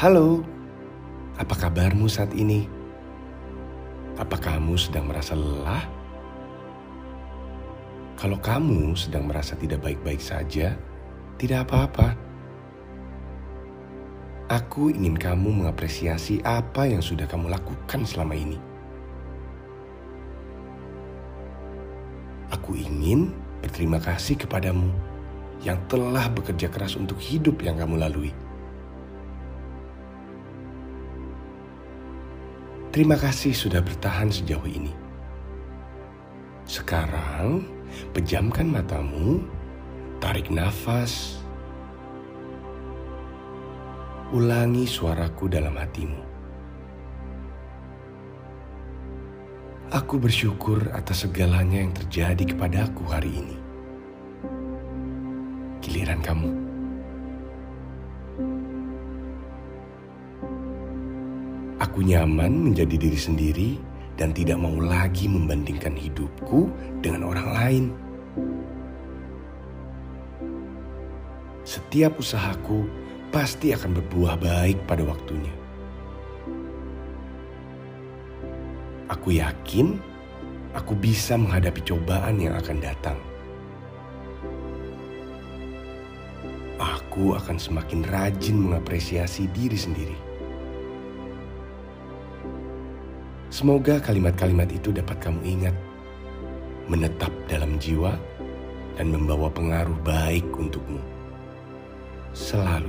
Halo, apa kabarmu saat ini? Apa kamu sedang merasa lelah? Kalau kamu sedang merasa tidak baik-baik saja, tidak apa-apa. Aku ingin kamu mengapresiasi apa yang sudah kamu lakukan selama ini. Aku ingin berterima kasih kepadamu yang telah bekerja keras untuk hidup yang kamu lalui. Terima kasih sudah bertahan sejauh ini. Sekarang, pejamkan matamu, tarik nafas, ulangi suaraku dalam hatimu. Aku bersyukur atas segalanya yang terjadi kepadaku hari ini. Giliran kamu. Aku nyaman menjadi diri sendiri dan tidak mau lagi membandingkan hidupku dengan orang lain. Setiap usahaku pasti akan berbuah baik pada waktunya. Aku yakin aku bisa menghadapi cobaan yang akan datang. Aku akan semakin rajin mengapresiasi diri sendiri. Semoga kalimat-kalimat itu dapat kamu ingat, menetap dalam jiwa, dan membawa pengaruh baik untukmu. Selalu.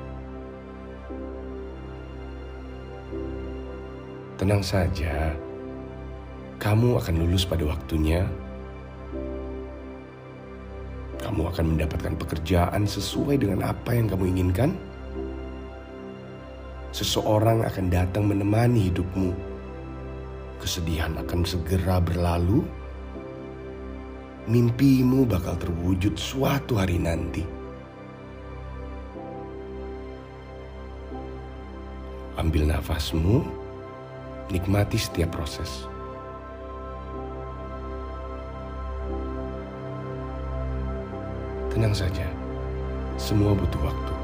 Tenang saja, kamu akan lulus pada waktunya. Kamu akan mendapatkan pekerjaan sesuai dengan apa yang kamu inginkan. Seseorang akan datang menemani hidupmu. Kesedihan akan segera berlalu. Mimpimu bakal terwujud suatu hari nanti. Ambil nafasmu, nikmati setiap proses. Tenang saja, semua butuh waktu.